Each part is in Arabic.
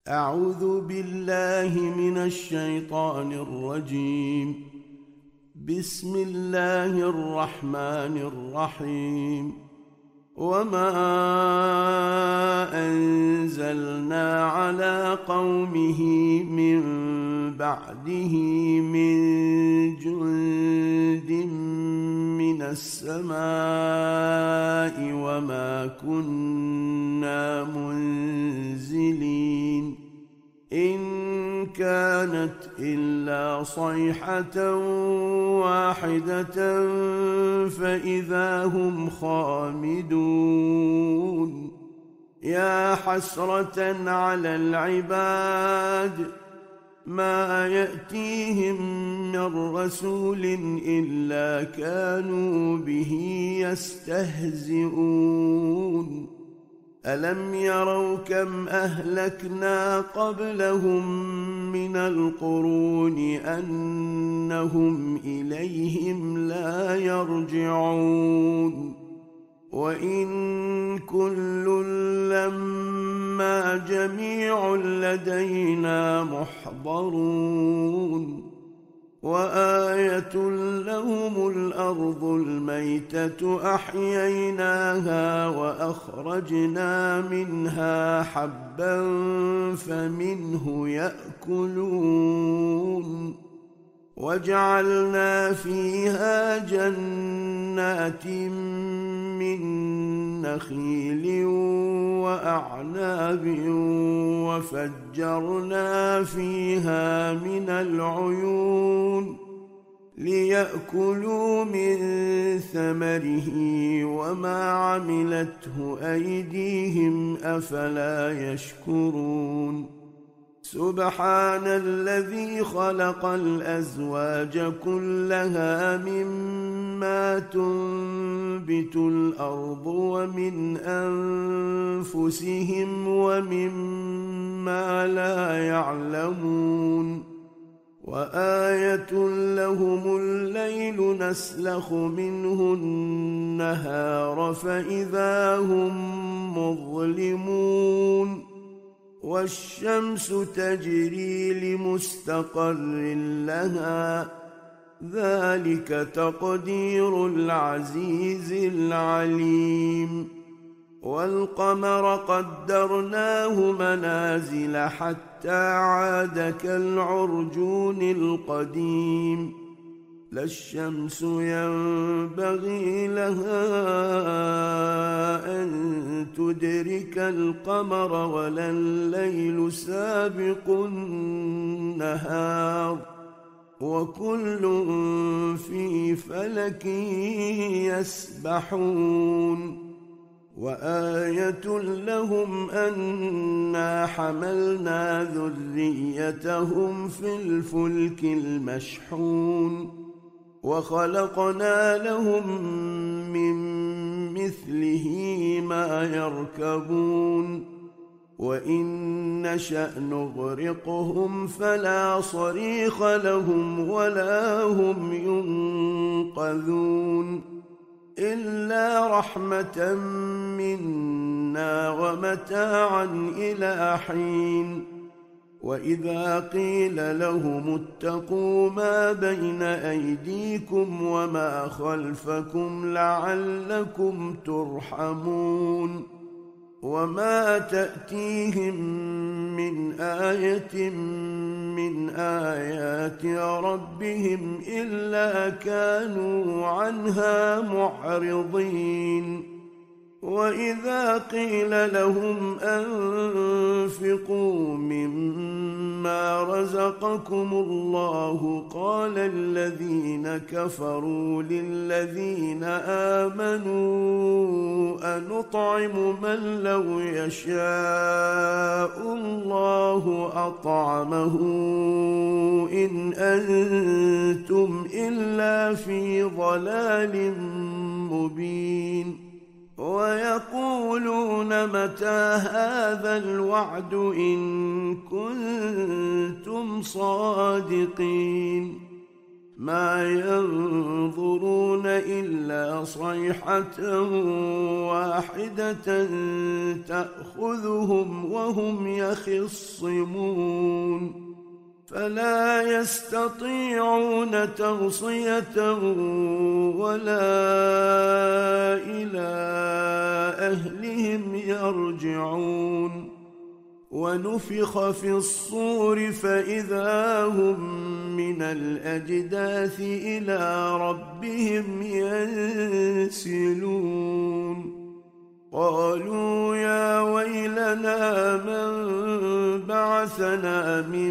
أعوذ بالله من الشيطان الرجيم. بسم الله الرحمن الرحيم. وما أنزلنا على قومه من بعده من جند من السماء وما كنا منزلين إن كانت إلا صيحة واحدة فإذا هم خامدون. يا حسرة على العباد ما يأتيهم من رسول إلا كانوا به يستهزئون. ألم يروا كم أهلكنا قبلهم من القرون أنهم إليهم لا يرجعون. وإن كل لما جميع لدينا محضرون. وآية لهم الأرض الميتة أحييناها وأخرجنا منها حبا فمنه يأكلون. وجعلنا فيها جنات من نخيل وأعناب وفجرنا فيها من العيون ليأكلوا من ثمره وما عملته أيديهم أفلا يشكرون. سبحان الذي خلق الأزواج كلها مما تنبت الأرض ومن أنفسهم ومما لا يعلمون. وآية لهم الليل نسلخ منه النهار فإذا هم مظلمون. والشمس تجري لمستقر لها ذلك تقدير العزيز العليم. والقمر قدرناه منازل حتى عاد كالعرجون القديم. لا الشمس ينبغي لها أن تدرك القمر ولا الليل سابق النهار وكل في فلك يسبحون. وآية لهم أنا حملنا ذريتهم في الفلك المشحون وخلقنا لهم من مثله ما يركبون. وإن نشأ نغرقهم فلا صريخ لهم ولا هم ينقذون إلا رحمة منا ومتاعا إلى حين. وإذا قيل لهم اتقوا ما بين أيديكم وما خلفكم لعلكم ترحمون. وما تأتيهم من آية من آيات ربهم إلا كانوا عنها معرضين. وإذا قيل لهم أنفقوا مما رزقكم الله قال الذين كفروا للذين آمنوا أنطعم من لو يشاء الله أطعمه إن أنتم إلا في ضلال مبين. ويقولون متى هذا الوعد إن كنتم صادقين. ما ينظرون إلا صيحة واحدة تأخذهم وهم يخصمون فلا يستطيعون توصية ولا إلى أهلهم يرجعون ونفخ في الصور فإذا هم من الأجداث إلى ربهم ينسلون قالوا يا ويلنا من بعثنا من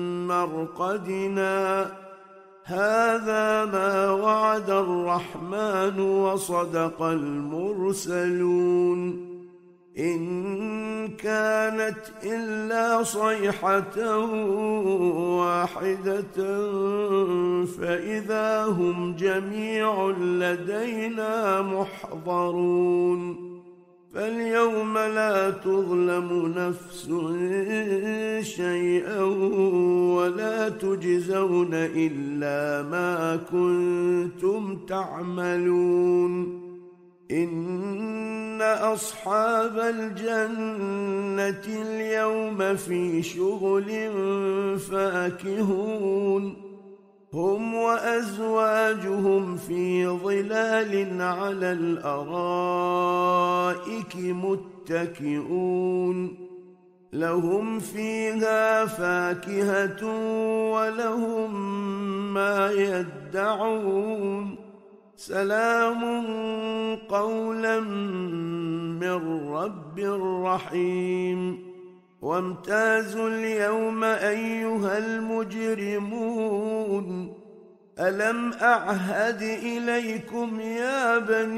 مرقدنا هذا ما وعد الرحمن وصدق المرسلون إن كانت إلا صيحة واحدة فإذا هم جميع لدينا محضرون فاليوم لا تظلم نفس شيئا ولا تجزون إلا ما كنتم تعملون إن أصحاب الجنة اليوم في شغل فاكهون هم وأزواجهم في ظلال على الأرائك متكئون لهم فيها فاكهة ولهم ما يدعون سلام قولا من رب رحيم وامتازوا اليوم أيها المجرمون ألم أعهد إليكم يا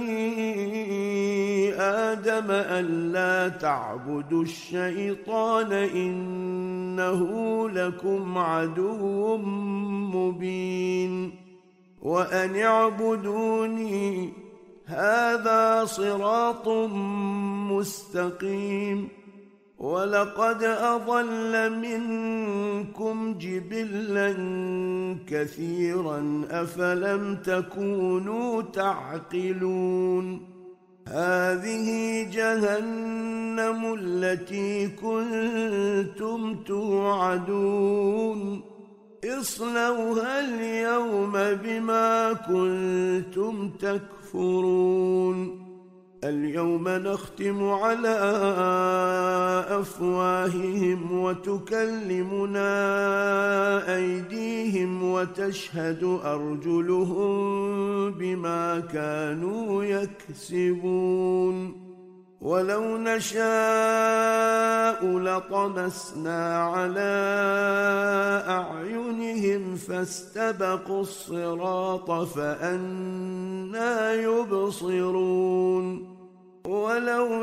بني آدم ألا تعبدوا الشيطان إنه لكم عدو مبين وأن اعبدوني هذا صراط مستقيم ولقد أضل منكم جبلا كثيرا أفلم تكونوا تعقلون هذه جهنم التي كنتم توعدون اصلوها اليوم بما كنتم تكفرون اليوم نختم على أفواههم وتكلمنا أيديهم وتشهد أرجلهم بما كانوا يكسبون ولو نشاء لطمسنا على أعينهم فاستبقوا الصراط فأنى يبصرون ولو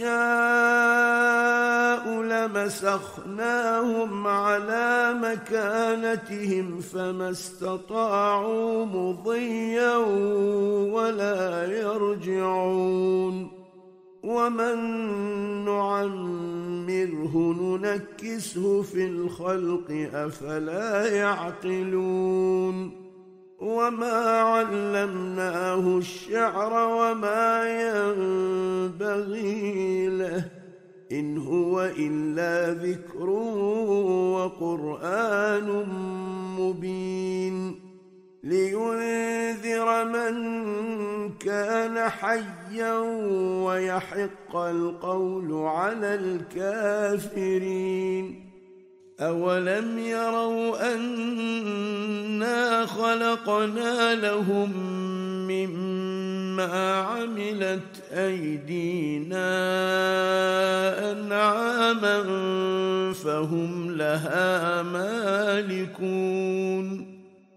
نشاء لمسخناهم على مكانتهم فما استطاعوا مضيا ولا يرجعون ومن نعمره ننكسه في الخلق أفلا يعقلون وما علمناه الشعر وما ينبغي له إن هو إلا ذكر وقرآن مبين لينذر من كان حيا ويحق القول على الكافرين أولم يروا أنا خلقنا لهم مما عملت أيدينا أنعاما فهم لها مالكون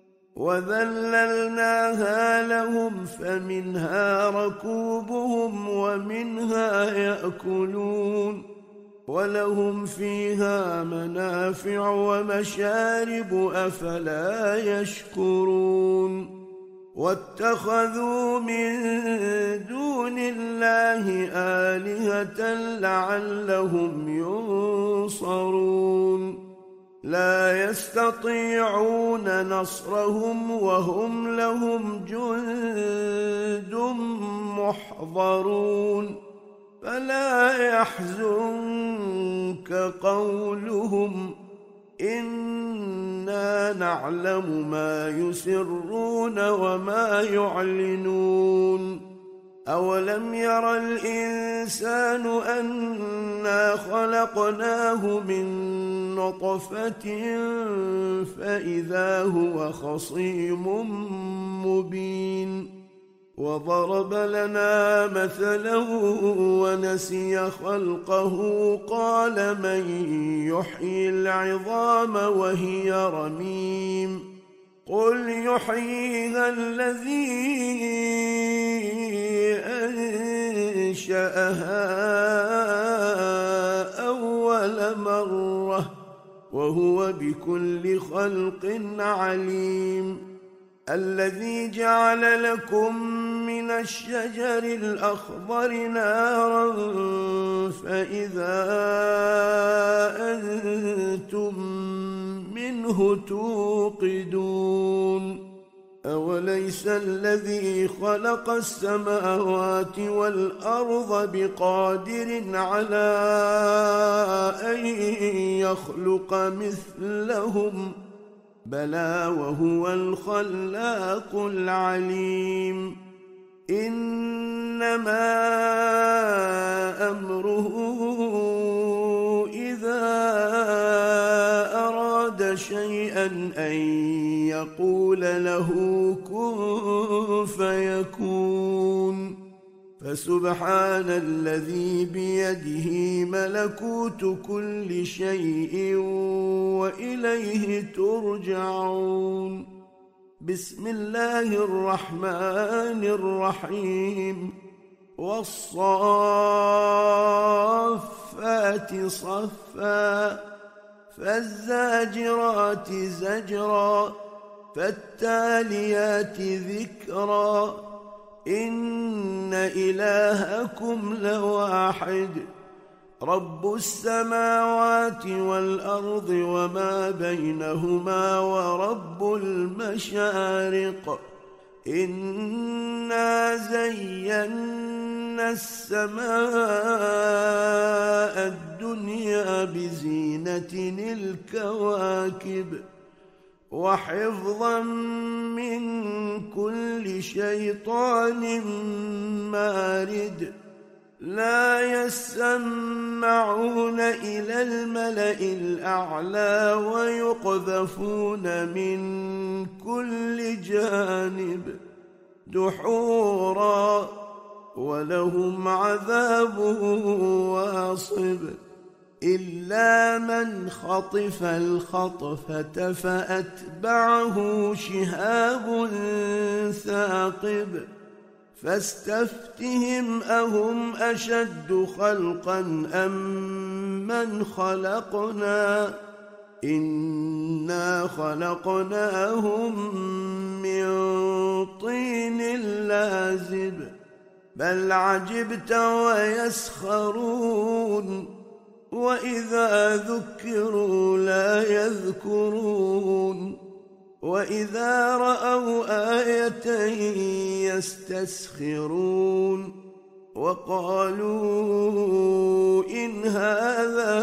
وذللناها لهم فمنها ركوبهم ومنها يأكلون ولهم فيها منافع ومشارب أفلا يشكرون واتخذوا من دون الله آلهة لعلهم ينصرون لا يستطيعون نصرهم وهم لهم جند محضرون فلا يحزنك قولهم إنا نعلم ما يسرون وما يعلنون أولم ير الإنسان أنا خلقناه من نطفة فإذا هو خصيم مبين وضرب لنا مثلا ونسي خلقه قال من يحيي العظام وهي رميم قل يحييها الذي أنشأها أول مرة وهو بكل خلق عليم الذي جعل لكم من الشجر الأخضر نارا فإذا أنتم منه توقدون أوليس الذي خلق السماوات والأرض بقادر على أن يخلق مثلهم بلى وهو الخلاق العليم إنما أمره إذا أراد شيئا أن يقول له كن فيكون فسبحان الذي بيده ملكوت كل شيء وإليه ترجعون بسم الله الرحمن الرحيم والصافات صفا فالزاجرات زجرا فالتاليات ذكرا إن إلهكم لواحد رب السماوات والأرض وما بينهما ورب المشارق إنا زينا السماء الدنيا بزينة الكواكب وحفظا من كل شيطان مارد لا يسمعون إلى الملأ الأعلى ويقذفون من كل جانب دحورا ولهم عذاب واصب إلا من خطف الخطفة فأتبعه شهاب ثاقب فاستفتهم أهم أشد خلقا أم من خلقنا إنا خلقناهم من طين لازب بل عجبت ويسخرون وإذا ذكروا لا يذكرون وإذا رأوا آية يستسخرون وقالوا إن هذا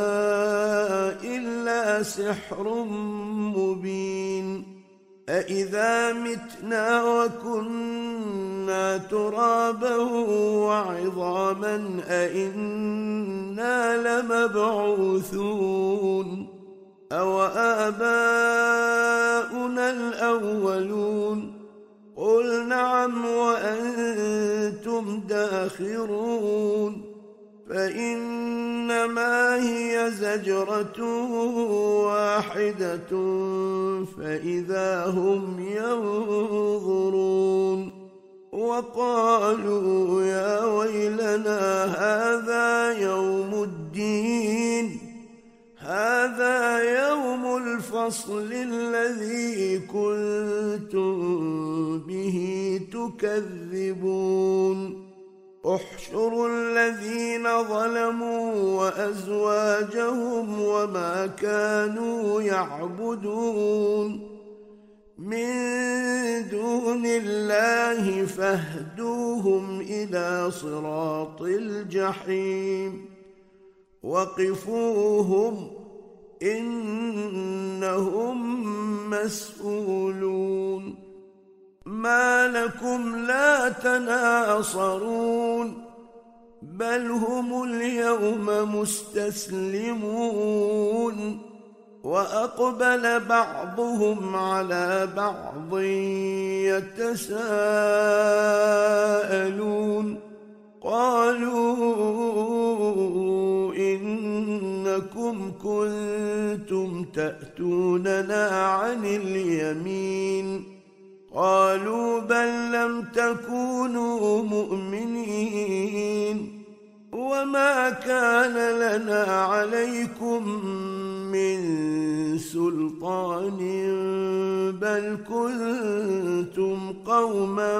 إلا سحر مبين أإذا متنا وكنا ترابا وعظاما أإنا لمبعوثون أو آباؤنا الأولون قل نعم وأنتم داخرون فإنما هي زجرة واحدة فإذا هم ينظرون وقالوا يا ويلنا هذا يوم الدين هذا يوم الفصل الذي كنتم به تكذبون احشروا الذين ظلموا وأزواجهم وما كانوا يعبدون من دون الله فاهدوهم إلى صراط الجحيم وقفوهم إنهم مسؤولون ما لكم لا تناصرون بل هم اليوم مستسلمون وأقبل بعضهم على بعض يتساءلون قالوا إنكم كنتم تأتوننا عن اليمين قالوا بل لم تكونوا مؤمنين وما كان لنا عليكم من سلطان بل كنتم قوما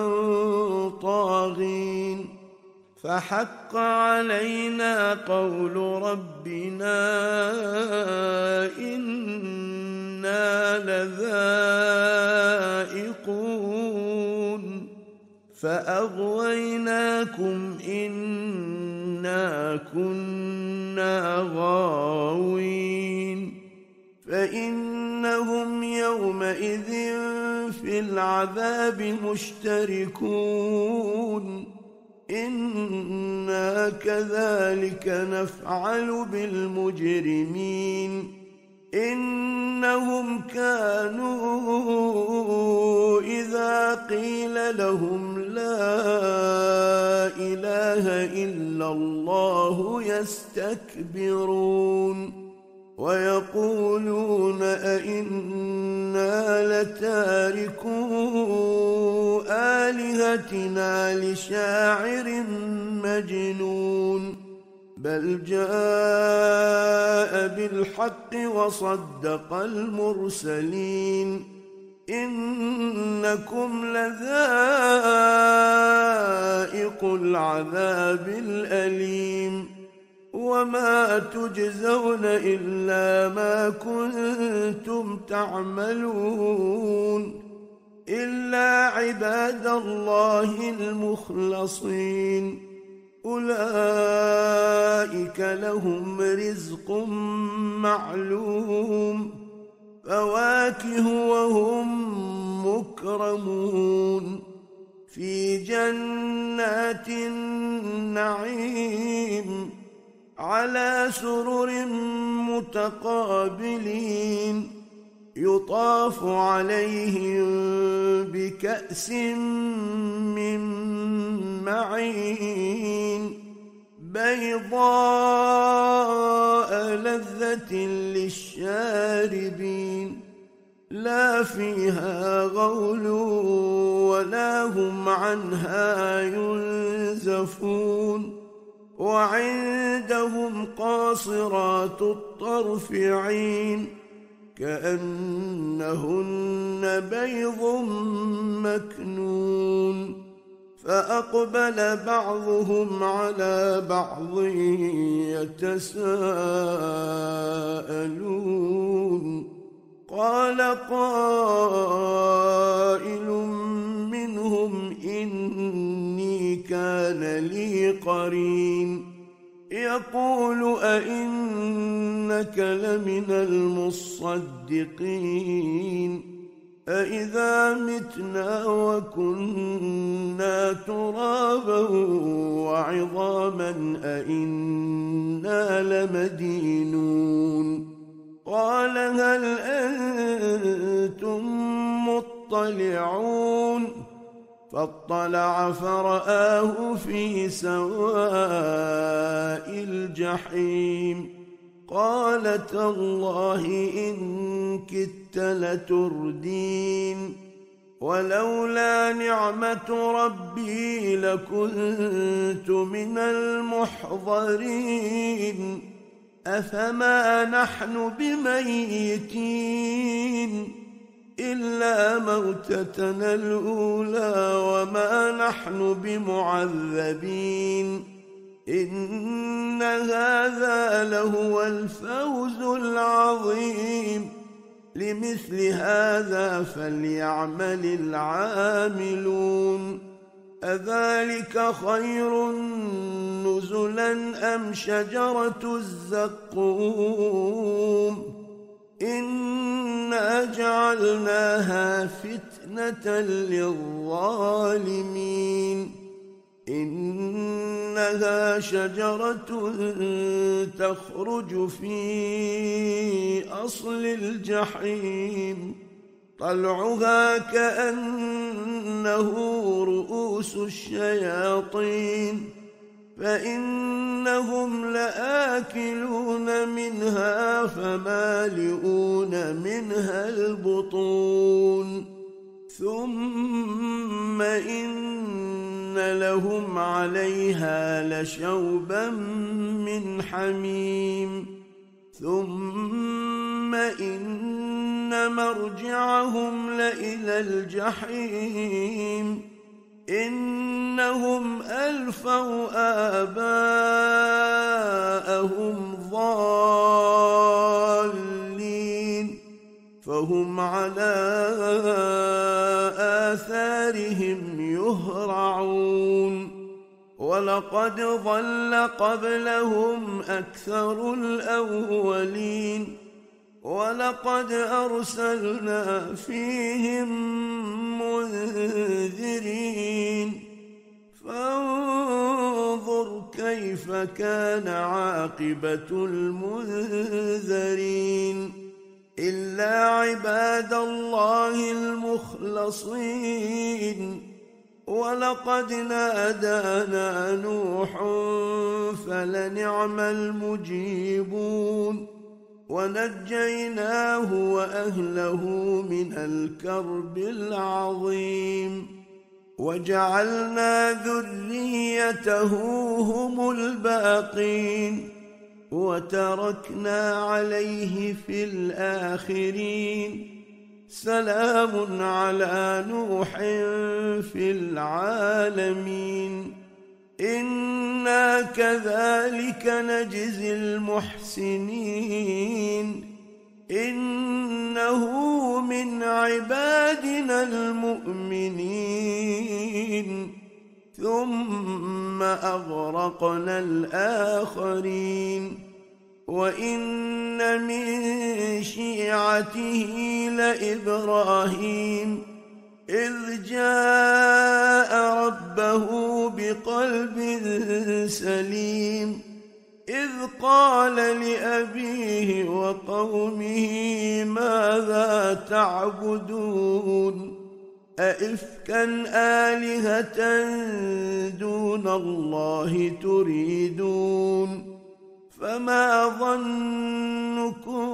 طاغين فحق علينا قول ربنا إنا لذائقون فأغويناكم إنا كنا غاوين فإنهم يومئذ في العذاب مشتركون إنا كذلك نفعل بالمجرمين إنهم كانوا إذا قيل لهم لا إله إلا الله يستكبرون ويقولون أئنا لتاركو آلهتنا لشاعر مجنون بل جاء بالحق وصدق المرسلين إنكم لذائق العذاب الأليم وما تجزون إلا ما كنتم تعملون إلا عباد الله المخلصين أولئك لهم رزق معلوم فواكه وهم مكرمون في جنات النعيم على سرر متقابلين يطاف عليهم بكأس من معين بيضاء لذة للشاربين لا فيها غول ولا هم عنها ينزفون وعندهم قاصرات الطرف عين كأنهن بيض مكنون فأقبل بعضهم على بعض يتساءلون قال قائل منهم إني كان لي قرين يقول أئنك لمن المصدقين أإذا متنا وكنا ترابا وعظاما أئنا لمدينون قال هل أنتم مطلعون فاطلع فرآه في سواء الجحيم قال تالله إن كدت لتردين ولولا نعمة ربي لكنت من المحضرين أفما نحن بميتين إلا موتتنا الأولى وما نحن بمعذبين إن هذا لهو الفوز العظيم لمثل هذا فليعمل العاملون أذلك خير نزلا أم شجرة الزقوم إنا جعلناها فتنة للظالمين إنها شجرة تخرج في أصل الجحيم طلعها كأنه رؤوس الشياطين فإنهم لآكلون منها فمالئون منها البطون ثم إن لهم عليها لشوبا من حميم ثم إن مرجعهم لإلى الجحيم إنهم ألفوا آباءهم ضالين فهم على آثارهم يهرعون ولقد ضل قبلهم أكثر الأولين ولقد أرسلنا فيهم منذرين فانظر كيف كان عاقبة المنذرين إلا عباد الله المخلصين ولقد نادانا نوح فلنعم المجيبون ونجيناه وأهله من الكرب العظيم وجعلنا ذريته هم الباقين وتركنا عليه في الآخرين سلام على نوح في العالمين إنا كذلك نجزي المحسنين إنه من عبادنا المؤمنين ثم أغرقنا الآخرين وإن من شيعته لإبراهيم إذ جاء ربه بقلب سليم إذ قال لأبيه وقومه ماذا تعبدون أئفكا آلهة دون الله تريدون فما ظنكم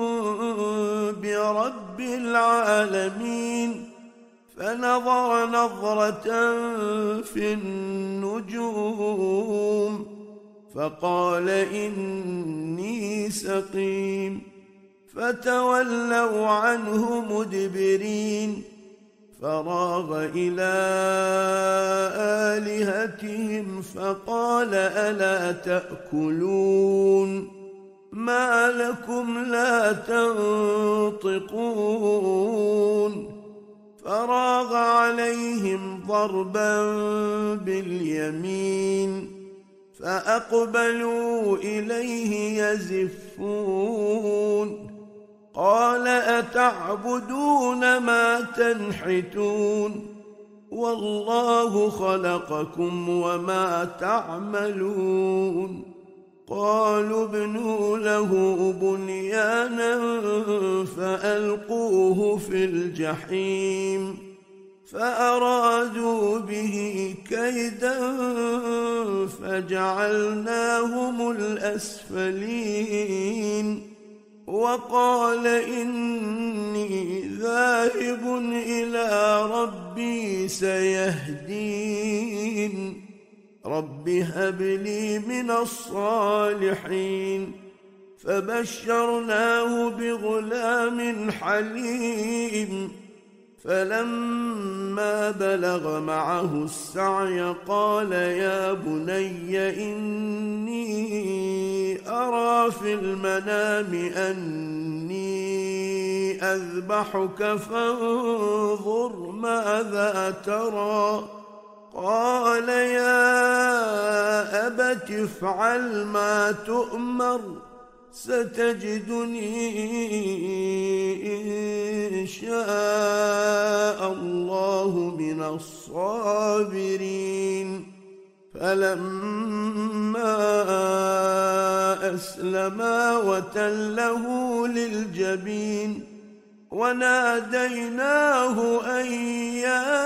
برب العالمين فنظر نظرة في النجوم فقال إني سقيم فتولوا عنه مدبرين فراغ إلى آلهتهم فقال ألا تأكلون ما لكم لا تنطقون فراغ عليهم ضربا باليمين فأقبلوا إليه يزفون قال أتعبدون ما تنحتون والله خلقكم وما تعملون قالوا ابنوا له بنيانا فألقوه في الجحيم فأرادوا به كيدا فجعلناهم الأسفلين وقال إني ذاهب إلى ربي سيهدين رب هب لي من الصالحين فبشرناه بغلام حليم فلما بلغ معه السعي قال يا بني إني أرى في المنام أني أذبحك فانظر ماذا ترى. قال يا أبت افعل ما تؤمر ستجدني إن شاء الله من الصابرين. فلما أسلما وتله للجبين وناديناه أن يا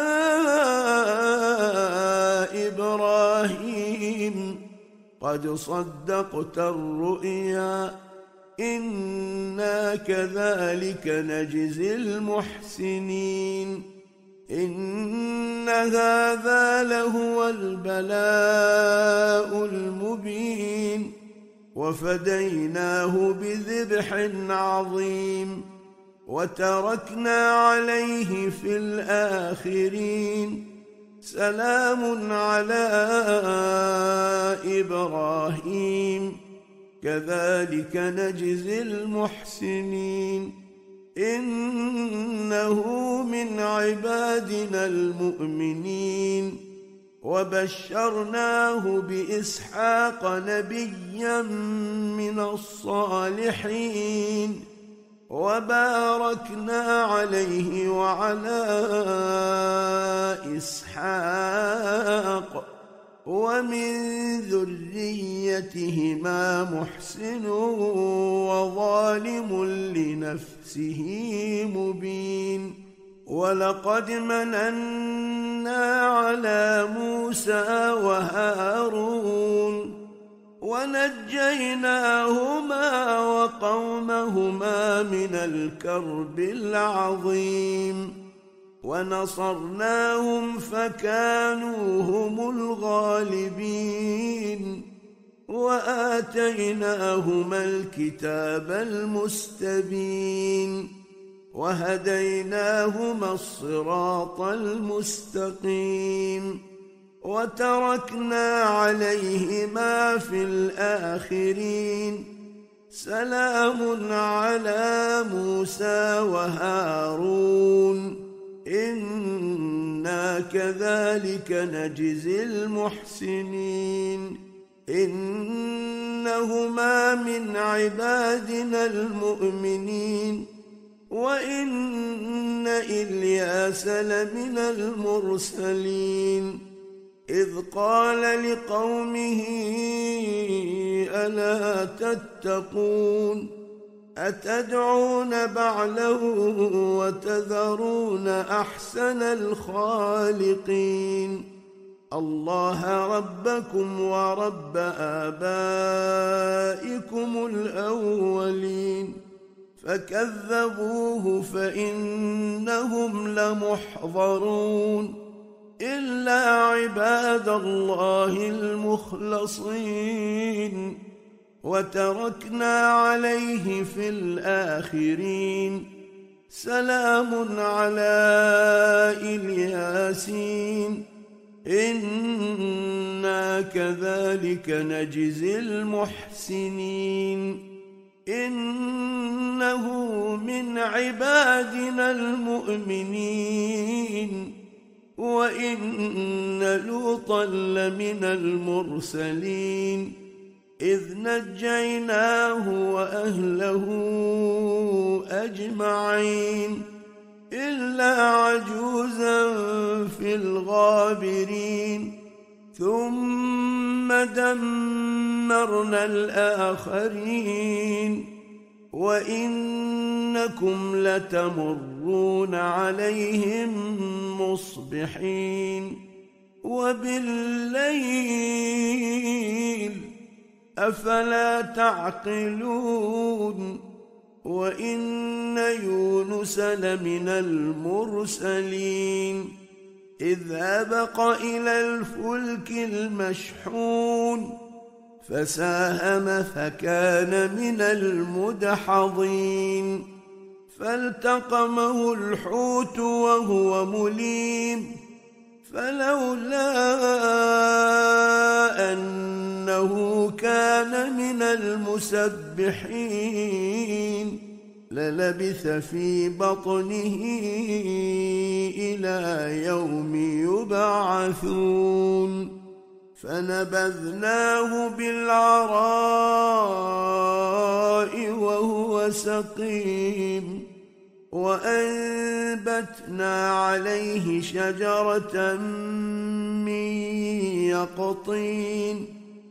إبراهيم قد صدقت الرؤيا إنا كذلك نجزي المحسنين إن هذا لهو البلاء المبين وفديناه بذبح عظيم وتركنا عليه في الآخرين سلام على إبراهيم كذلك نجزي المحسنين إنه من عبادنا المؤمنين وبشرناه بإسحاق نبيا من الصالحين وباركنا عليه وعلى إسحاق ومن ذريتهما محسن وظالم لنفسه مبين. ولقد مننا على موسى وهارون ونجيناهما وقومهما من الكرب العظيم ونصرناهم فكانوا هم الغالبين وآتيناهما الكتاب المستبين وهديناهما الصراط المستقيم وتركنا عليهما في الآخرين سلام على موسى وهارون إنا كذلك نجزي المحسنين إنهما من عبادنا المؤمنين وإن إلياس لمن المرسلين إذ قال لقومه ألا تتقون أتدعون بعلا وتذرون أحسن الخالقين الله ربكم ورب آبائكم الأولين فكذبوه فإنهم لمحضرون إلا عباد الله المخلصين وتركنا عليه في الآخرين سلام على الياسين إنا كذلك نجزي المحسنين إنه من عبادنا المؤمنين وإن لوطا لمن المرسلين إذ نجيناه وأهله أجمعين إلا عجوزا في الغابرين ثم دمرنا الآخرين وإنكم لتمرون عليهم مصبحين وبالليل أفلا تعقلون وإن يونس لمن المرسلين إذ أبق إلى الفلك المشحون فساهم فكان من المدحضين فالتقمه الحوت وهو مليم، فلولا أنه كان من المسبحين للبث في بطنه إلى يوم يبعثون. فنبذناه بالعراء وهو سقيم، وأنبتنا عليه شجرة من يقطين،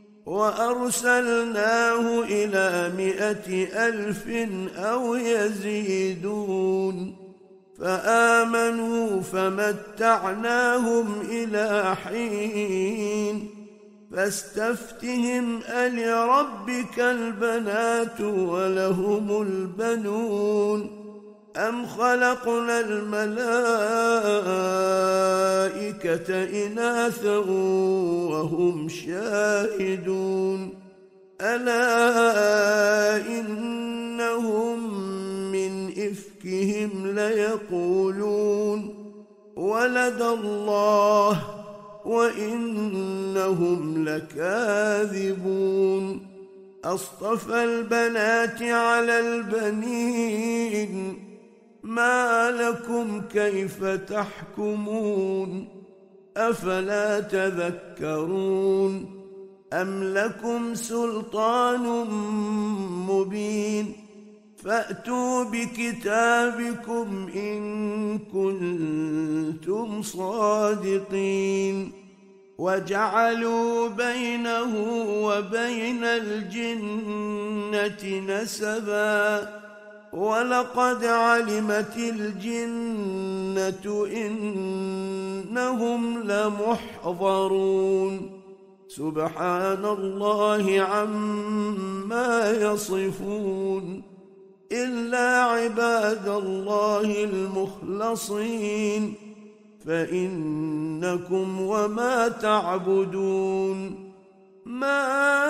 وأرسلناه إلى 100,000 أو يزيدون، فآمنوا فمتعناهم إلى حين. فاستفتهم ألربك البنات ولهم البنون أم خلقنا الملائكة إناثا وهم شاهدون. ألا إنهم من إفكهم ليقولون ولد الله وإنهم لكاذبون. أصطفى البنات على البنين ما لكم كيف تحكمون أفلا تذكرون أم لكم سلطان مبين فأتوا بكتابكم إن كنتم صادقين. وجعلوا بينه وبين الجنة نسبا ولقد علمت الجنة إنهم لمحضرون. سبحان الله عما يصفون إلا عباد الله المخلصين فإنكم وما تعبدون ما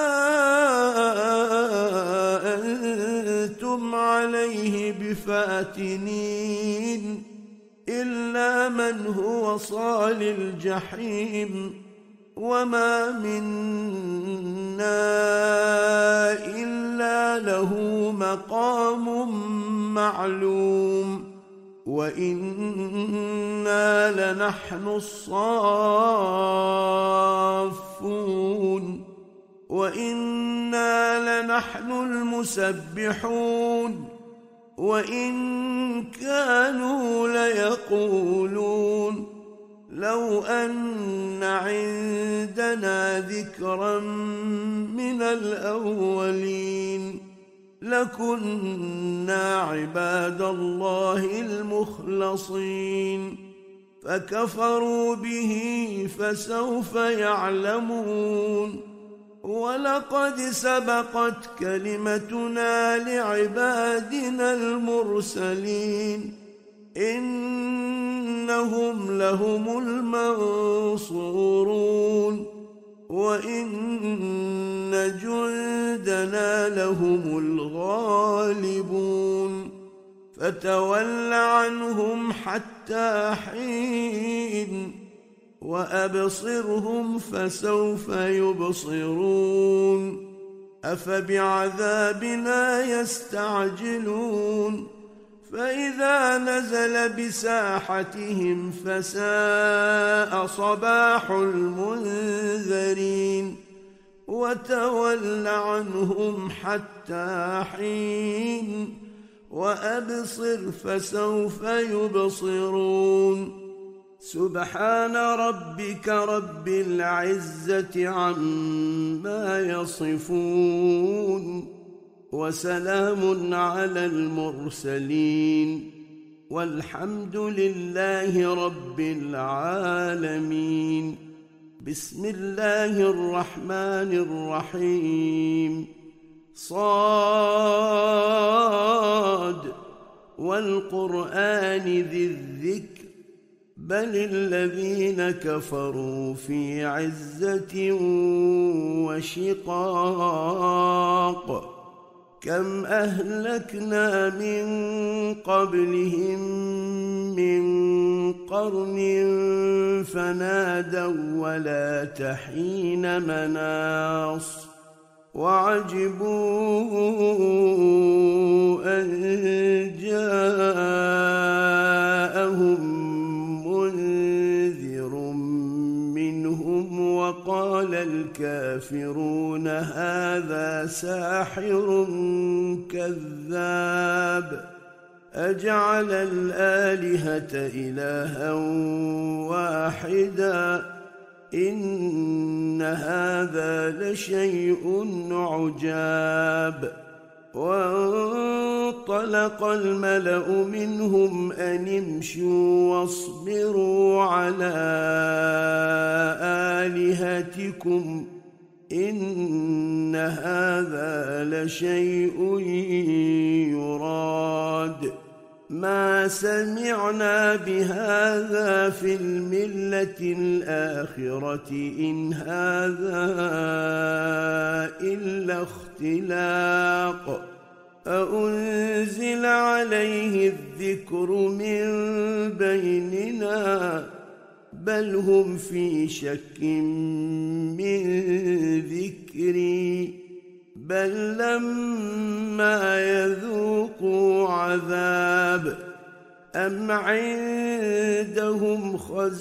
أنتم عليه بفاتنين إلا من هو صال الجحيم وما منا إلا له مقام معلوم وإنا لنحن الصافون وإنا لنحن المسبحون وإن كانوا ليقولون لو أن عندنا ذكرا من الأولين لكنا عباد الله المخلصين فكفروا به فسوف يعلمون. ولقد سبقت كلمتنا لعبادنا المرسلين إنهم لهم المنصورون وإن جندنا لهم الغالبون. فتول عنهم حتى حين وأبصرهم فسوف يبصرون. أفبعذابنا يستعجلون فإذا نزل بساحتهم فساء صباح المنذرين. وتول عنهم حتى حين وأبصر فسوف يبصرون. سبحان ربك رب العزة عما يصفون وسلام على المرسلين والحمد لله رب العالمين. بسم الله الرحمن الرحيم. صاد والقرآن ذي الذكر بل الذين كفروا في عزة وشقاق. كم أهلكنا من قبلهم من قرن فنادوا ولا تحين مناص وعجبوا أن جاءهم منذر منهم وقال الكافرون هذا ساحر كذاب أجعل الآلهة إلها واحدا إن هذا لشيء عجاب وانطلق الملأ منهم أن امشوا واصبروا على آلهتكم إن هذا لشيء يراد ما سمعنا بهذا في الملة الآخرة إن هذا إلا اختلاق أأنزل عليه الذكر من بيننا بل هم في شك من ذكري بل لما يذوقوا عذاب أم عندهم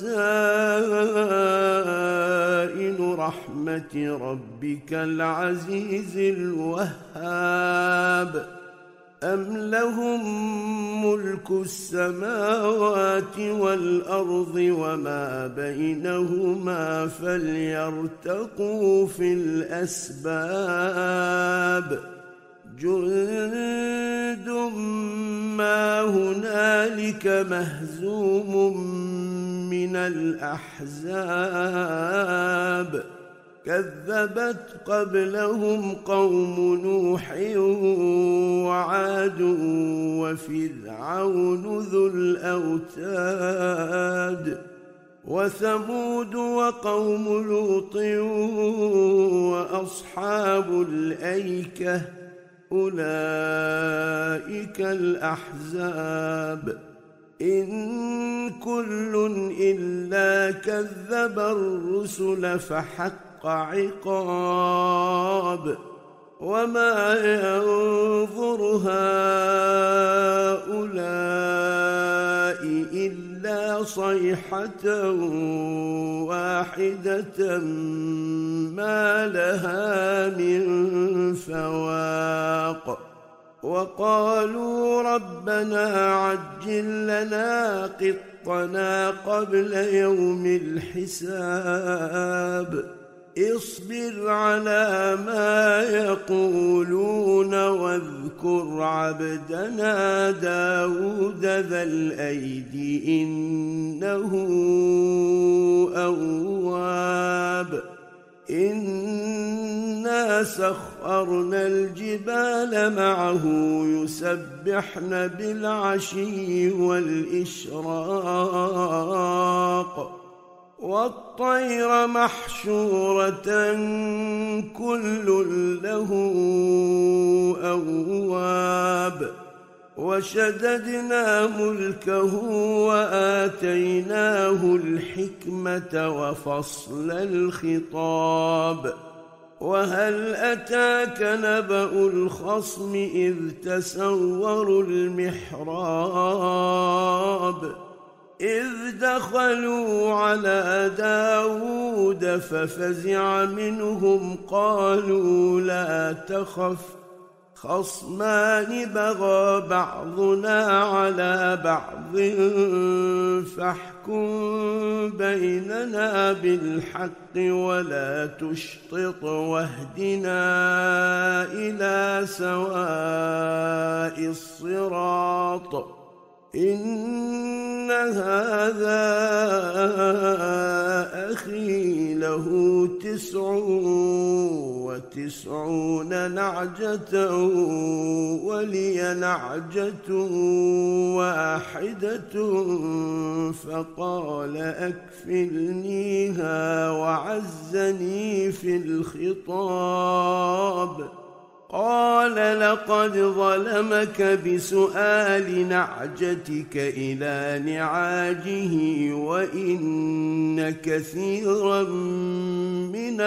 خزائن رحمة ربك العزيز الوهاب أم لهم ملك السماوات والأرض وما بينهما فليرتقوا في الأسباب جند ما هنالك مهزوم من الأحزاب كذبت قبلهم قوم نوح وعاد وفرعون ذو الأوتاد وثمود وقوم لوط وأصحاب الأيكة أولئك الأحزاب إن كل إلا كذب الرسل فحق عقاب وما ينظر هؤلاء إلا صيحة واحدة ما لها من فواق وقالوا ربنا عجل لنا قطنا قبل يوم الحساب اصبر على ما يقولون واذكر عبدنا داود ذا الأيد إنه أواب إنا سخرنا الجبال معه يسبحن بالعشي والإشراق والطير محشورة كل له أواب وشددنا ملكه وآتيناه الحكمة وفصل الخطاب وهل أتاك نبأ الخصم إذ تسوروا المحراب إذ دخلوا على داود ففزع منهم قالوا لا تخف خصمان بغى بعضنا على بعض فاحكم بيننا بالحق ولا تشطط واهدنا إلى سواء الصراط إن هذا أخي له 99 نعجة ولي نعجة واحدة فقال أكفلنيها وعزني في الخطاب قال لقد ظلمك بسؤال نعجتك إلى نعاجه وإن كثيرا من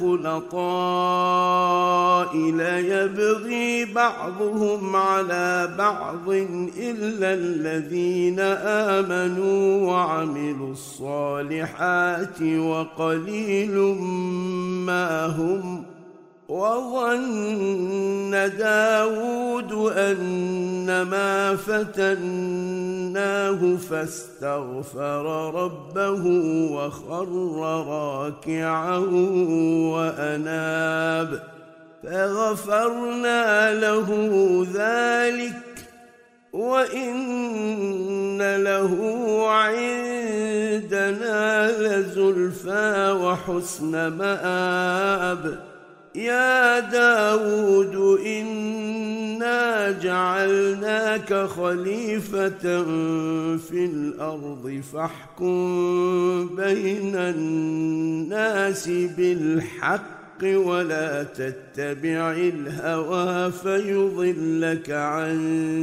الخلطاء ليبغي بعضهم على بعض إلا الذين آمنوا وعملوا الصالحات وقليل ما هم. وظن داود أنما فتناه فاستغفر ربه وخر راكعا وأناب فغفرنا له ذلك وإن له عندنا لزلفى وحسن مآب. يا داود إنا جعلناك خليفة في الأرض فاحكم بين الناس بالحق ولا تتبع الهوى فيضلك عن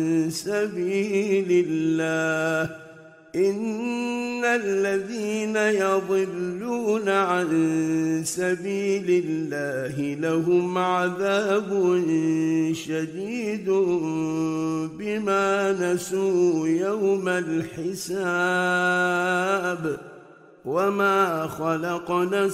سبيل الله. إن الذين يضلون عن سبيل الله لهم عذاب شديد بما نسوا يوم الحساب. وما خلقنا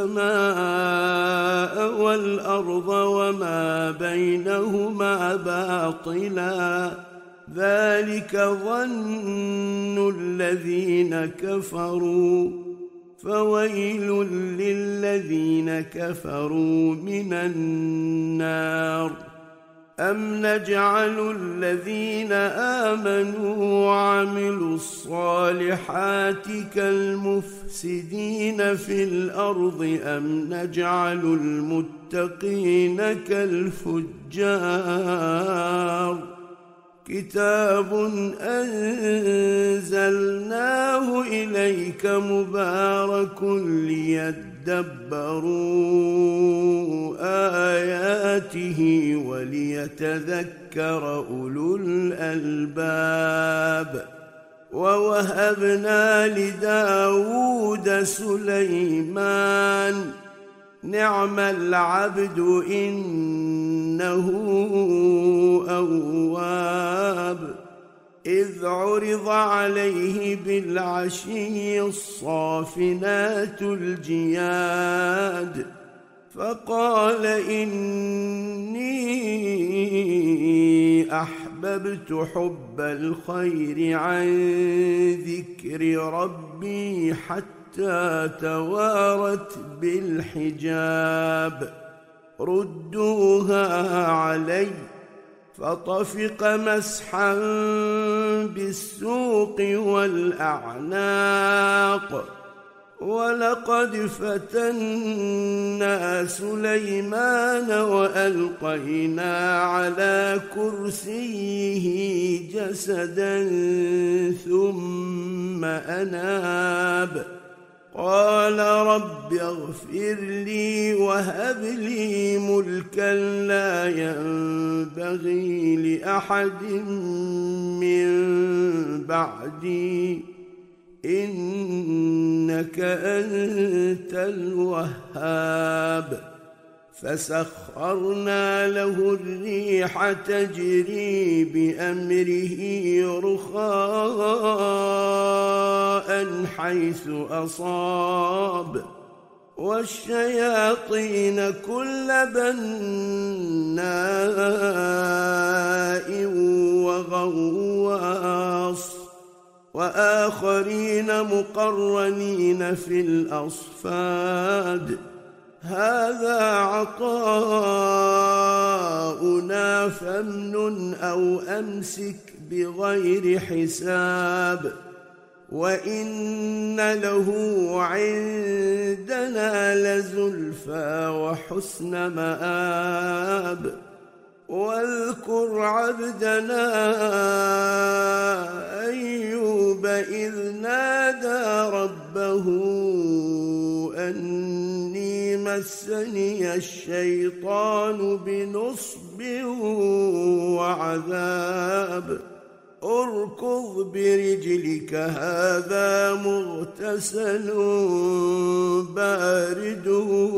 السماء والأرض وما بينهما باطلا ذلك ظن الذين كفروا فويل للذين كفروا من النار. أم نجعل الذين آمنوا وعملوا الصالحات كالمفسدين في الأرض أم نجعل المتقين كالفجار. كتاب أنزلناه إليك مبارك ليدبروا آياته وليتذكر أولو الألباب. ووهبنا لداود سليمان نعم العبد إنه أواب. إذ عرض عليه بالعشي الصافنات الجياد فقال إني أحببت حب الخير عن ذكر ربي حتى توارت بالحجاب. ردوها علي فطفق مسحا بالسوق والأعناق. ولقد فتنا سليمان وألقينا على كرسيه جسدا ثم أناب قال رب اغفر لي وهب لي ملكا لا ينبغي لأحد من بعدي إنك أنت الوهاب. فسخرنا له الريح تجري بأمره رخاء حيث أصاب والشياطين كل بناء وغواص وآخرين مقرنين في الأصفاد. هذا عطاؤنا فامنن أو أمسك بغير حساب. وإن له عندنا لزلفى وحسن مآب. واذكر عبدنا أيوب إذ نادى ربه أني مسني الشيطان بنصب وعذاب اركض برجلك هذا مغتسل بارد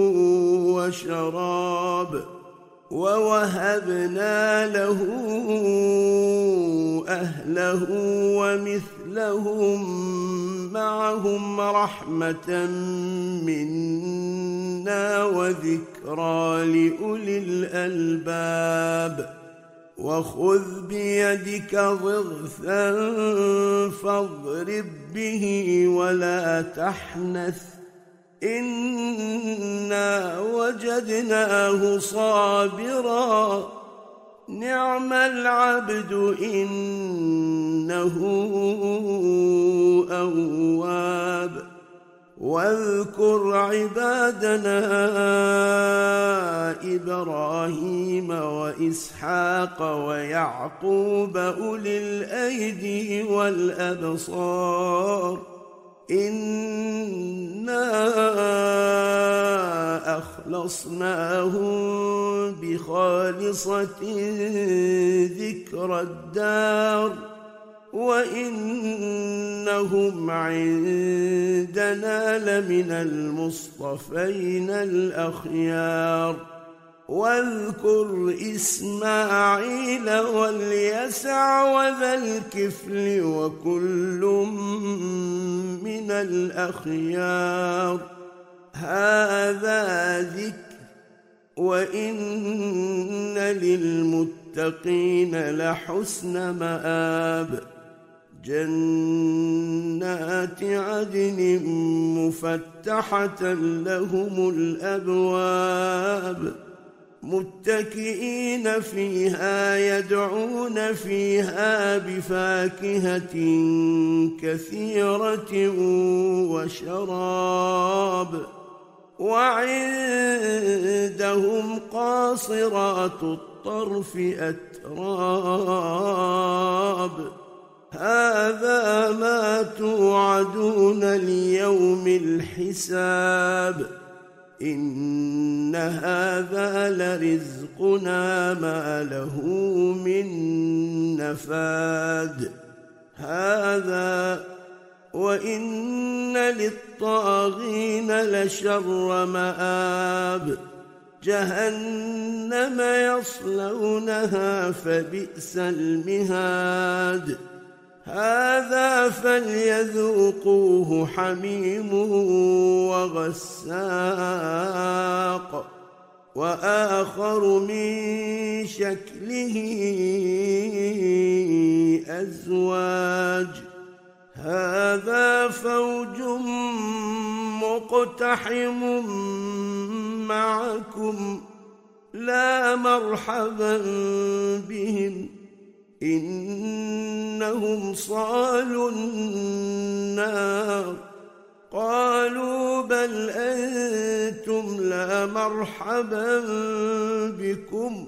وشراب ووهبنا له أهله ومثلهم معهم رحمة منا وذكرى لأولي الألباب وخذ بيدك ضغثا فاضرب به ولا تحنث إنا وجدناه صابرا نعم العبد إنه أواب واذكر عبادنا إبراهيم وإسحاق ويعقوب أولي الأيدي والأبصار إنا أخلصناهم بخالصة ذكر الدار وإنهم عندنا لمن المصطفين الأخيار واذكر إسماعيل واليسع وذا الكفل وكل من الأخيار هذا ذكر وإن للمتقين لحسن مآب جنات عدن مفتحة لهم الأبواب متكئين فيها يدعون فيها بفاكهة كثيرة وشراب وعندهم قاصرات الطرف أتراب هذا ما توعدون ليوم الحساب إن هذا لرزقنا ما له من نفاد هذا وإن للطاغين لشر مآب جهنم يصلونها فبئس المهاد هذا فليذوقوه حميم وغساق وآخر من شكله أزواج هذا فوج مقتحم معكم لا مرحبا بهم إنهم صالوا النار قالوا بل أنتم لا مرحبا بكم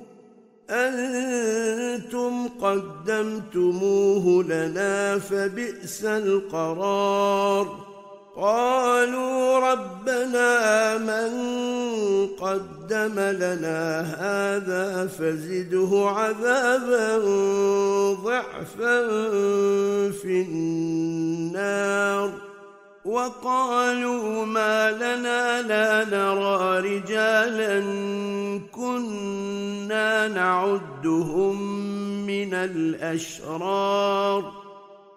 أنتم قدمتموه لنا فبئس القرار قالوا ربنا من قدم لنا هذا فزده عذابا ضعفا في النار وقالوا ما لنا لا نرى رجالا كنا نعدهم من الأشرار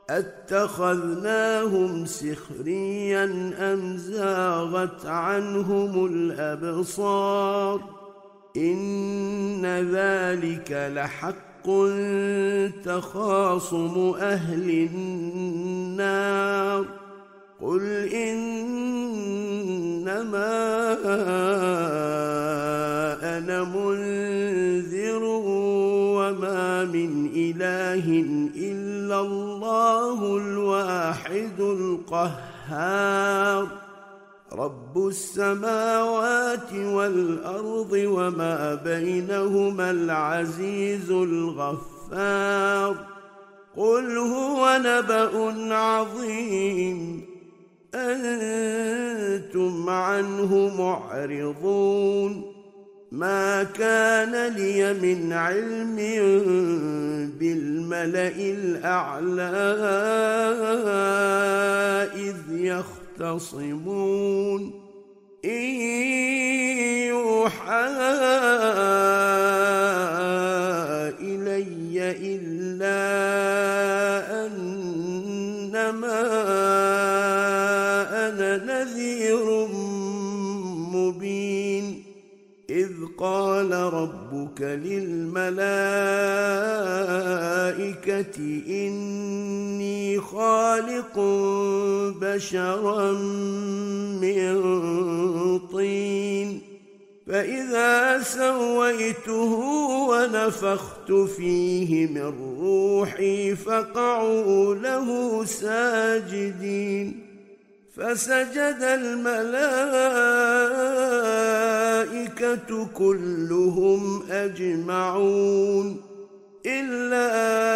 أتخذناهم سخريا أم زاغت عنهم الأبصار إن ذلك لحق تخاصم أهل النار قل إنما أنا منذر وما من إله إلا الله الواحد القهار رب السماوات والأرض وما بينهما العزيز الغفار قل هو نبأ عظيم أنتم هم عنه معرضون ما كان لي من علم بالملأ الأعلى إذ يختصمون إن يوحى إلي إلا أنما أنا نذير مبين إذ قال ربك للملائكة إني خالق بشرا من طين فإذا سويته ونفخت فيه من روحي فقعوا له ساجدين فسجد الملائكة كلهم أجمعون إلا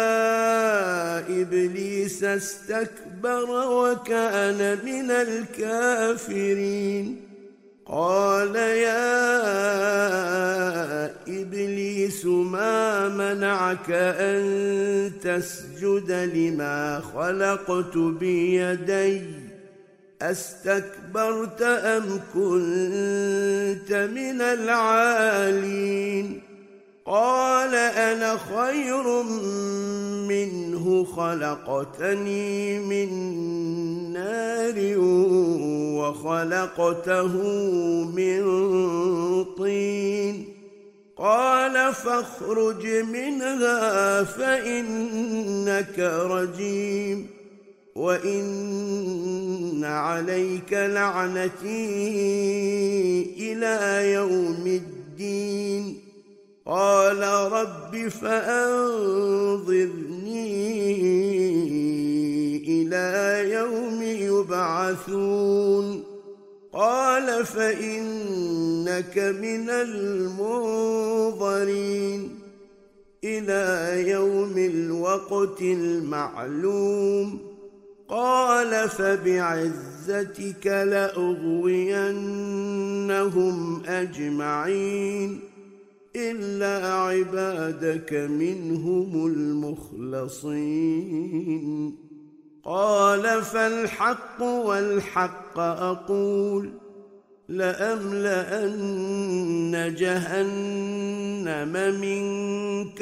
إبليس استكبر وكان من الكافرين قال يا إبليس ما منعك أن تسجد لما خلقت بيدي أستكبرت أم كنت من العالين قال أنا خير منه خلقتني من نار وخلقته من طين قال فاخرج منها فإنك رجيم وإن عليك لعنتي إلى يوم الدين قال رب فأنظرني إلى يوم يبعثون قال فإنك من المنظرين إلى يوم الوقت المعلوم قال فبعزتك لأغوينهم أجمعين إلا عبادك منهم المخلصين قال فالحق والحق أقول لأملأن جهنم منك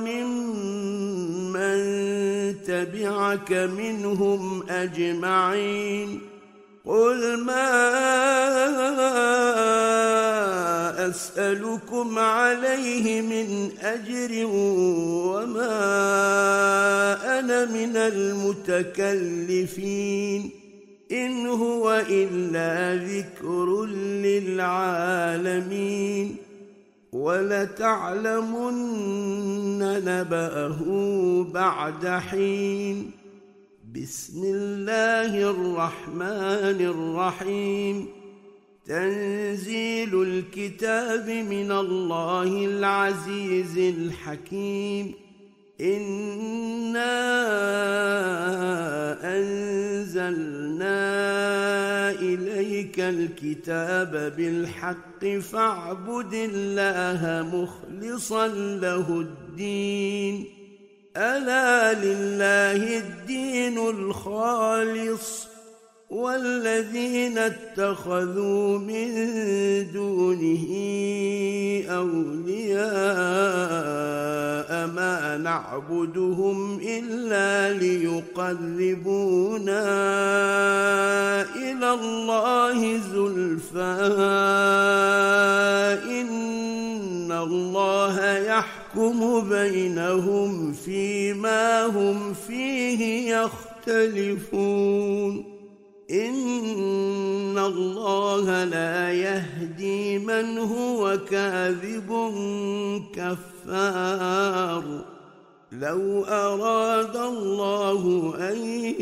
وممن تبعك منهم أجمعين قل ما أسألكم عليه من أجر وما أنا من المتكلفين إن هو إلا ذكر للعالمين ولتعلمن نبأه بعد حين بسم الله الرحمن الرحيم تنزيل الكتاب من الله العزيز الحكيم إنا أنزلنا إليك الكتاب بالحق فاعبد الله مخلصا له الدين ألا لله الدين الخالص والذين اتخذوا من دونه أولياء ما نعبدهم إلا ليقربونا إلى الله زلفى إن الله يحكم بينهم فيما هم فيه يختلفون إن الله لا يهدي من هو كاذب كفار لو أراد الله أن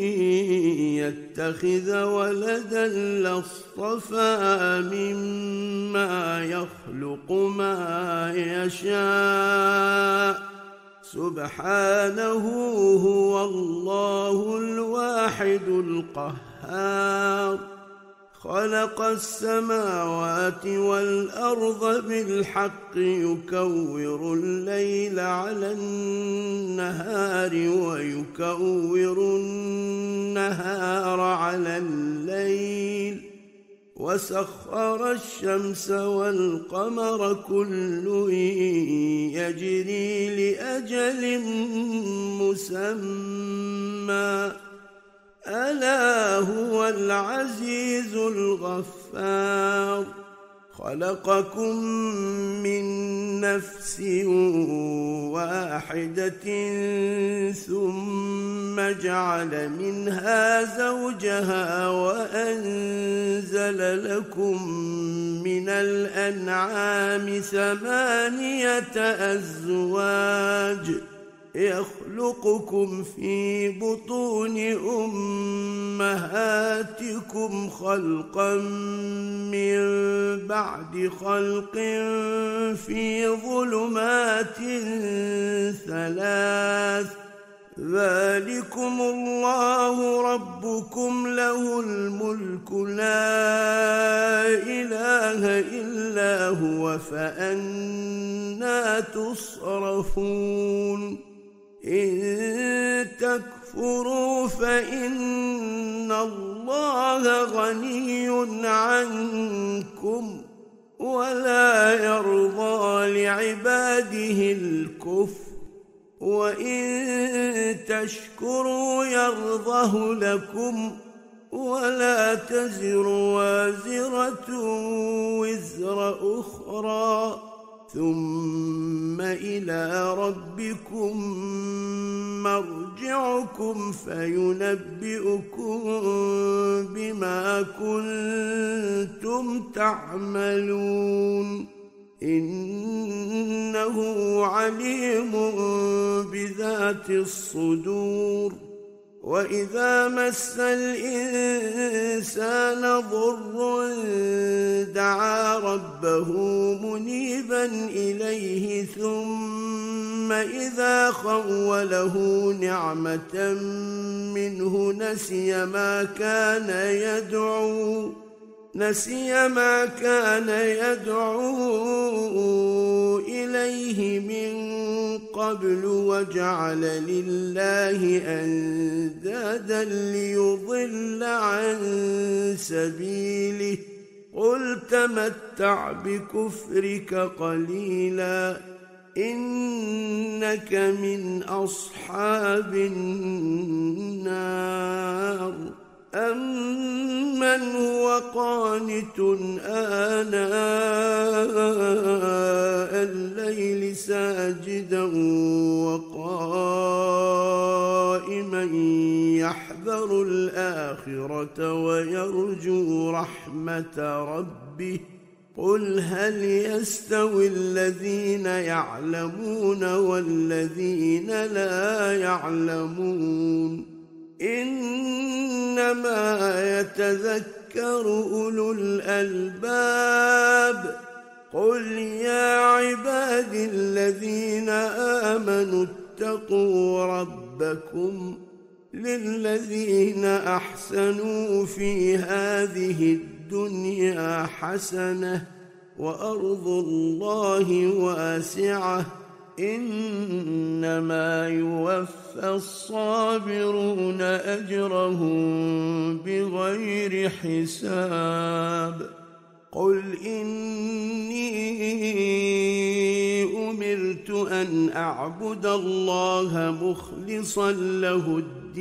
يتخذ ولدا لاصطفى مما يخلق ما يشاء سبحانه هو الله الواحد القهار خلق السماوات والأرض بالحق يكور الليل على النهار ويكور النهار على الليل وسخر الشمس والقمر كل يجري لأجل مسمى ألا هو العزيز الغفار خلقكم من نفس واحدة ثم جعل منها زوجها وأنزل لكم من الأنعام 8 أزواج يخلقكم في بطون أمهاتكم خلقا من بعد خلق في ظلمات 3 ذلكم الله ربكم له الملك لا إله إلا هو فأنى تصرفون إن تكفروا فإن الله غني عنكم ولا يرضى لعباده الكفر وإن تشكروا يرضه لكم ولا تزر وازرة وزر أخرى ثم إلى ربكم مرجعكم فينبئكم بما كنتم تعملون إنه عليم بذات الصدور وإذا مس الإنسان ضر دعا ربه منيبا إليه ثم إذا خوله نعمة منه نسي ما كان يدعو إليه من قبل وجعل لله أندادا ليضل عن سبيله قل تمتع بكفرك قليلا إنك من أصحاب النار أمن هو قانت آناء الليل ساجدا وقائما يحذر الآخرة ويرجو رحمة ربه قل هل يستوي الذين يعلمون والذين لا يعلمون إنما يتذكر أولو الألباب قل يا عبادي الذين آمنوا اتقوا ربكم للذين أحسنوا في هذه الدنيا حسنة وأرض الله واسعة إنما يوفى الصابرون أجرهم بغير حساب قل إني أمرت أن أعبد الله مخلصا له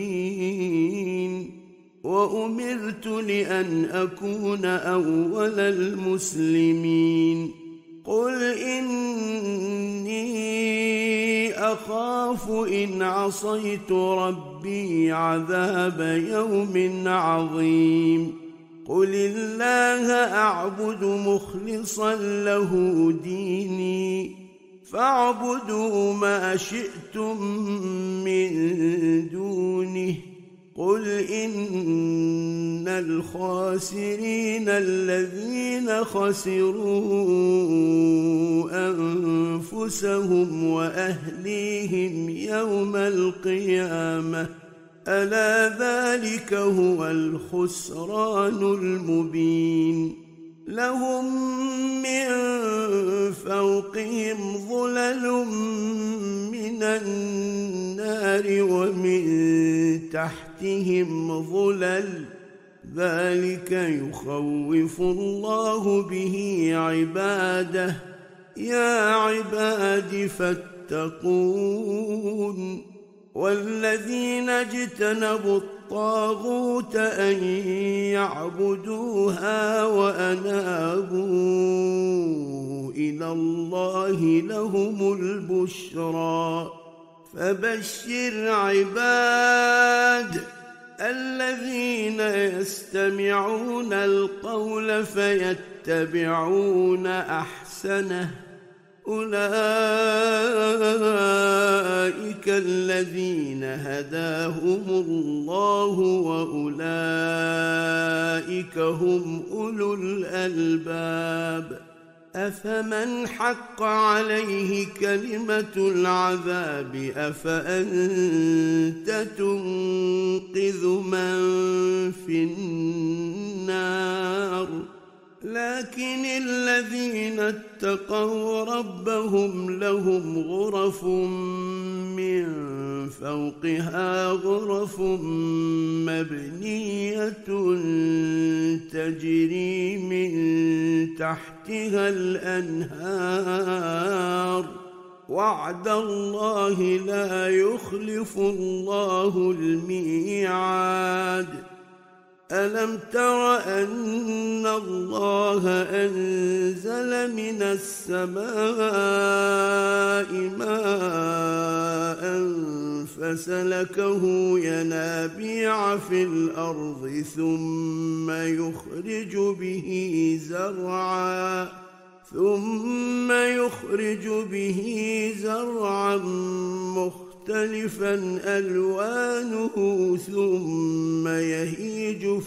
الدين وأمرت لأن أكون أول المسلمين قل إني أخاف إن عصيت ربي عذاب يوم عظيم قل الله أعبد مخلصا له ديني فاعبدوا ما شئتم من دونه قل إن الخاسرين الذين خسروا أنفسهم وأهليهم يوم القيامة ألا ذلك هو الخسران المبين لهم من فوقهم ظلل من النار ومن تحتهم ظلل ذلك يخوف الله به عباده يا عباد فاتقون والذين اجتنبوا الطاغوت أن يعبدوها وأنابوا إلى الله لهم البشرى فبشر عباد الذين يستمعون القول فيتبعون أحسنه أولئك الذين هداهم الله وأولئك هم أولو الألباب أفمن حق عليه كلمة العذاب أفأنت تنقذ من في النار لكن الذين اتقوا ربهم لهم غرف من فوقها غرف مبنية تجري من تحتها الأنهار وعد الله لا يخلف الله الميعاد ألم تر أن الله أنزل من السماء ماء فسلكه ينابيع في الأرض ثم يخرج به زرعا مختلفا ألوانه ثم يهيج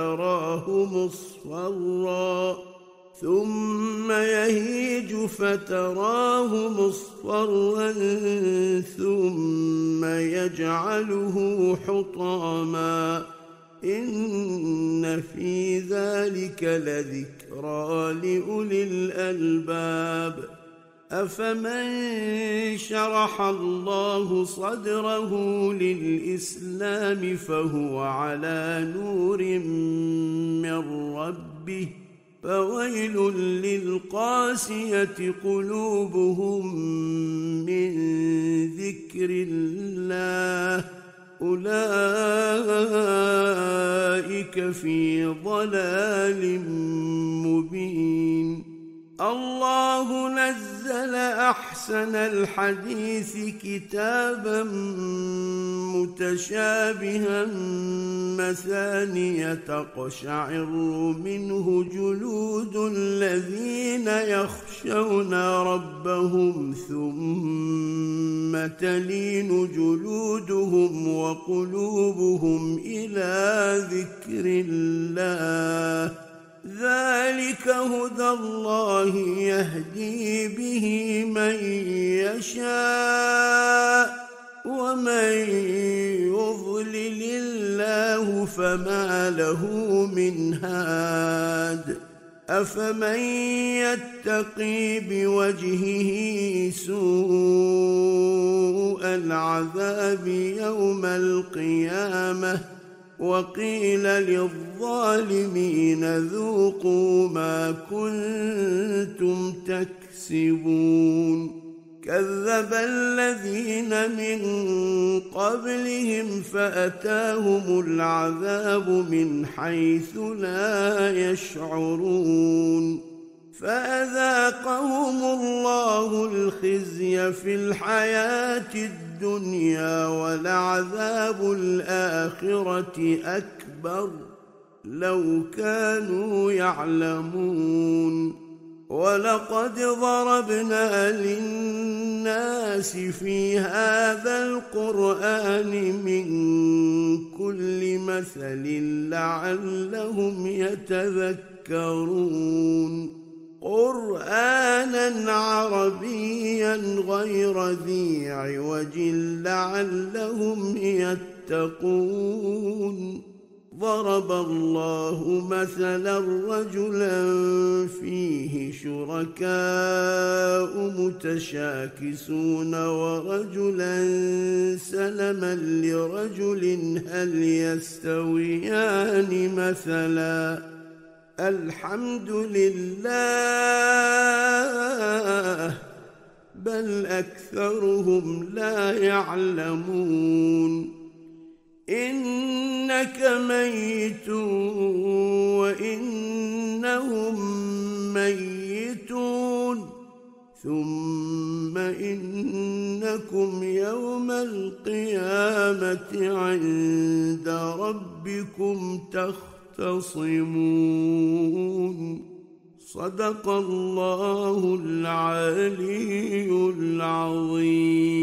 فتراه مصفرا ثم يجعله حطاما إن في ذلك لذكرى لأولي الألباب أفمن شرح الله صدره للإسلام فهو على نور من ربه فويل للقاسية قلوبهم من ذكر الله أولئك في ضلال مبين الله نزل أحسن الحديث كتابا متشابها مثانية تقشعر منه جلود الذين يخشون ربهم ثم تلين جلودهم وقلوبهم إلى ذكر الله ذلك هدى الله يهدي به من يشاء ومن يضلل الله فما له من هاد أفمن يتقي بوجهه سوء العذاب يوم القيامة وقيل للظالمين ذوقوا ما كنتم تكسبون كذب الذين من قبلهم فأتاهم العذاب من حيث لا يشعرون فأذاقهم الله الخزي في الحياة الدنيا ولعذاب الآخرة أكبر لو كانوا يعلمون ولقد ضربنا للناس في هذا القرآن من كل مثل لعلهم يتذكرون قرآنا عربيا غير ذي عوج لعلهم يتقون يتقون. ضرب الله مثلا رجلا فيه شركاء متشاكسون ورجلا سلما لرجل هل يستويان مثلا الحمد لله بل أكثرهم لا يعلمون. إنك ميت وإنهم ميتون ثم إنكم يوم القيامة عند ربكم تختصمون. صدق الله العلي العظيم.